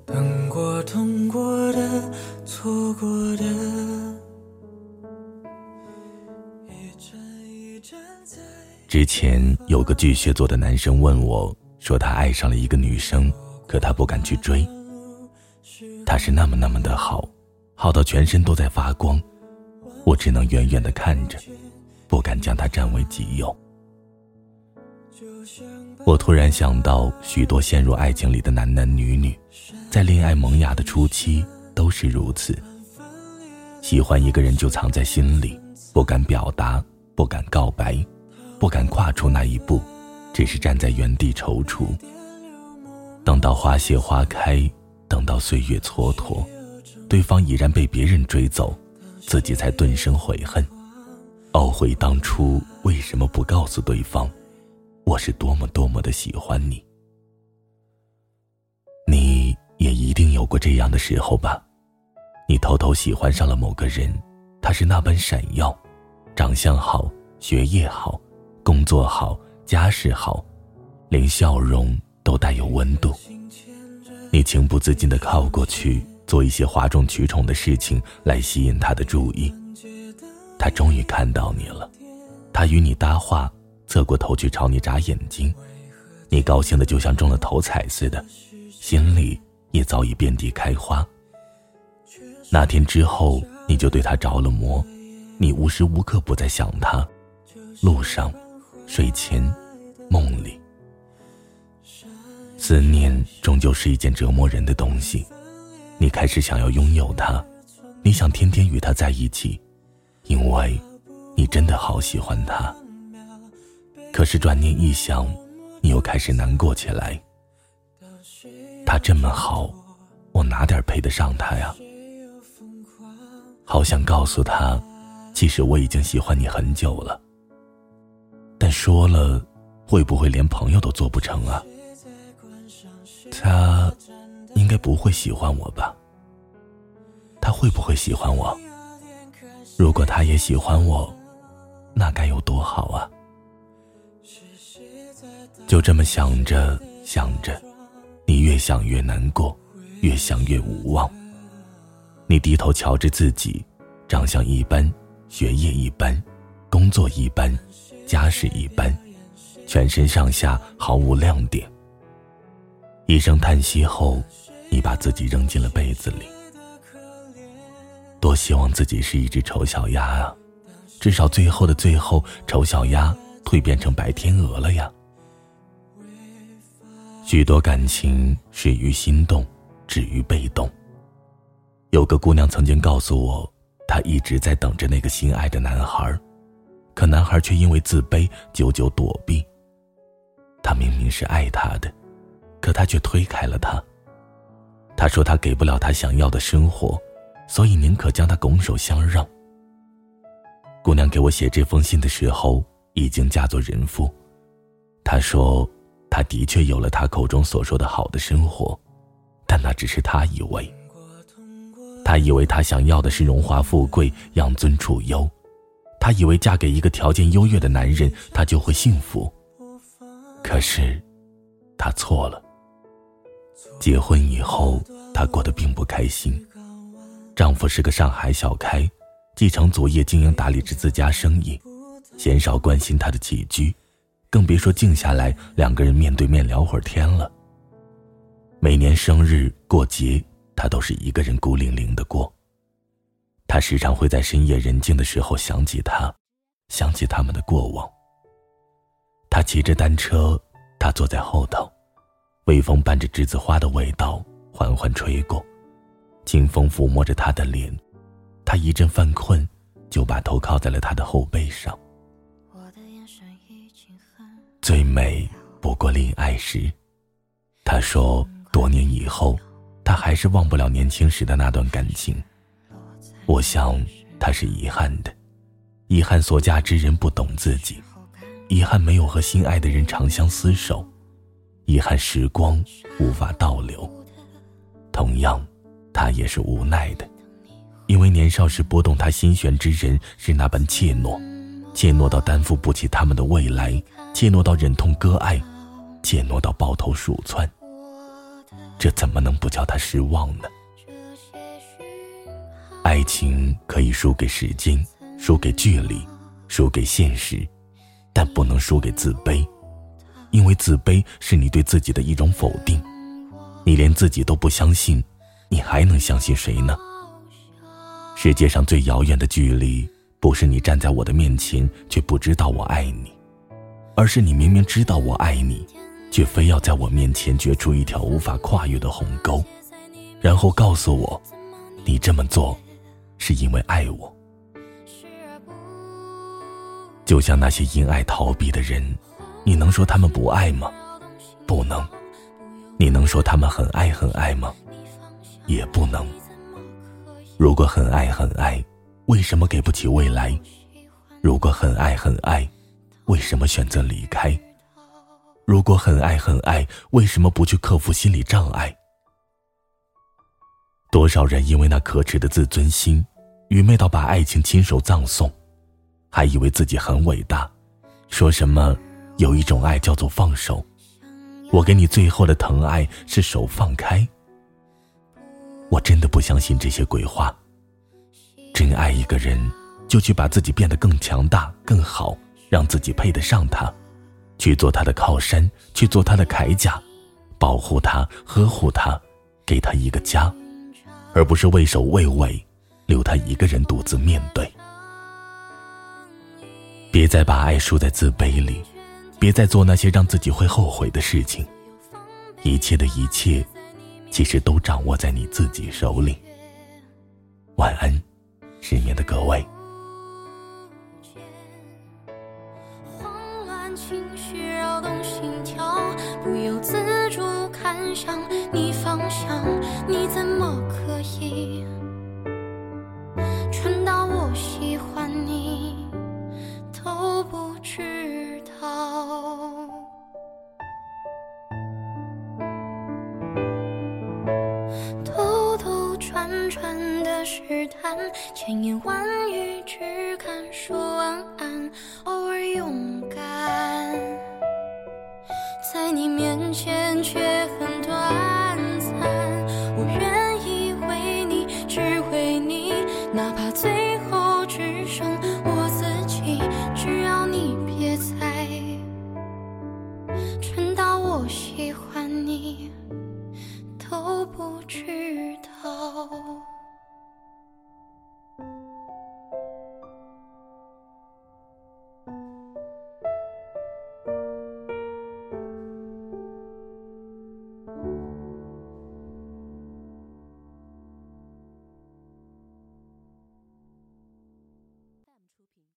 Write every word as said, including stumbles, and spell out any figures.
等过痛过的错过的， 之前有个巨蟹座的男生问我说，他爱上了一个女生，可他不敢去追。他是那么那么的好，好到全身都在发光，我只能远远地看着，不敢将他占为己有。我突然想到，许多陷入爱情里的男男女女，在恋爱萌芽的初期都是如此，喜欢一个人就藏在心里，不敢表达，不敢告白，不敢跨出那一步，只是站在原地踌躇。等到花谢花开，等到岁月蹉跎，对方已然被别人追走，自己才顿生悔恨，懊悔当初为什么不告诉对方，我是多么多么的喜欢你。你也一定有过这样的时候吧？你偷偷喜欢上了某个人，他是那般闪耀，长相好，学业好，工作好，家世好，连笑容都带有温度。你情不自禁地靠过去，做一些哗众取宠的事情来吸引他的注意。他终于看到你了，他与你搭话，侧过头去朝你眨眼睛，你高兴得就像中了头彩似的，心里也早已遍地开花。那天之后，你就对他着了魔，你无时无刻不在想他，路上，睡前，梦里。思念终究是一件折磨人的东西，你开始想要拥有它，你想天天与它在一起，因为你真的好喜欢它。可是转念一想，你又开始难过起来。他这么好，我哪点配得上他呀？好想告诉他，其实我已经喜欢你很久了，但说了，会不会连朋友都做不成啊？他应该不会喜欢我吧？他会不会喜欢我？如果他也喜欢我，那该有多好啊！就这么想着想着，你越想越难过，越想越无望。你低头瞧着自己，长相一般，学业一般，工作一般，家世一般，全身上下毫无亮点。一声叹息后，你把自己扔进了被子里。多希望自己是一只丑小鸭啊，至少最后的最后，丑小鸭蜕变成白天鹅了呀。许多感情始于心动，止于被动。有个姑娘曾经告诉我，她一直在等着那个心爱的男孩，可男孩却因为自卑久久躲避。他明明是爱她的，可他却推开了他。他说他给不了他想要的生活，所以宁可将他拱手相让。姑娘给我写这封信的时候，已经嫁作人妇。她说她的确有了她口中所说的好的生活，但那只是她以为。她以为她想要的是荣华富贵，养尊处优。她以为嫁给一个条件优越的男人，她就会幸福。可是她错了。结婚以后，她过得并不开心。丈夫是个上海小开，继承祖业经营打理着自家生意，鲜少关心她的起居，更别说静下来两个人面对面聊会儿天了。每年生日过节，她都是一个人孤零零的过。她时常会在深夜人静的时候想起他，想起他们的过往。她骑着单车，她坐在后头，微风伴着栀子花的味道缓缓吹过，清风抚摸着她的脸，她一阵犯困，就把头靠在了她的后背上。最美不过恋爱时。她说多年以后，她还是忘不了年轻时的那段感情。我想她是遗憾的，遗憾所嫁之人不懂自己，遗憾没有和心爱的人长相厮守，遗憾时光无法倒流。同样，她也是无奈的，因为年少时拨动她心弦之人是那般怯懦，怯懦到担负不起他们的未来，怯懦到忍痛割爱，怯懦到抱头鼠窜。 这怎么能不叫他失望呢？爱情可以输给时间，输给距离，输给现实，但不能输给自卑，因为自卑是你对自己的一种否定。你连自己都不相信，你还能相信谁呢？世界上最遥远的距离，不是你站在我的面前却不知道我爱你，而是你明明知道我爱你，却非要在我面前掘出一条无法跨越的鸿沟，然后告诉我，你这么做是因为爱我。就像那些因爱逃避的人，你能说他们不爱吗？不能。你能说他们很爱很爱吗？也不能。如果很爱很爱，为什么给不起未来？如果很爱很爱，为什么选择离开？如果很爱很爱，为什么不去克服心理障碍？多少人因为那可耻的自尊心，愚昧到把爱情亲手葬送，还以为自己很伟大，说什么有一种爱叫做放手，我给你最后的疼爱是手放开。我真的不相信这些鬼话。真爱一个人，就去把自己变得更强大更好，让自己配得上他，去做他的靠山，去做他的铠甲，保护他，呵护他，给他一个家，而不是畏首畏尾，留他一个人独自面对。别再把爱输在自卑里，别再做那些让自己会后悔的事情，一切的一切其实都掌握在你自己手里。晚安，失眠的各位。 慌乱情绪扰动心跳，不由自主看向你方向，你怎么可以蠢到我喜欢你都不知道？兜兜转转的试探，千言万语只敢说晚安，偶尔勇敢，在你面前却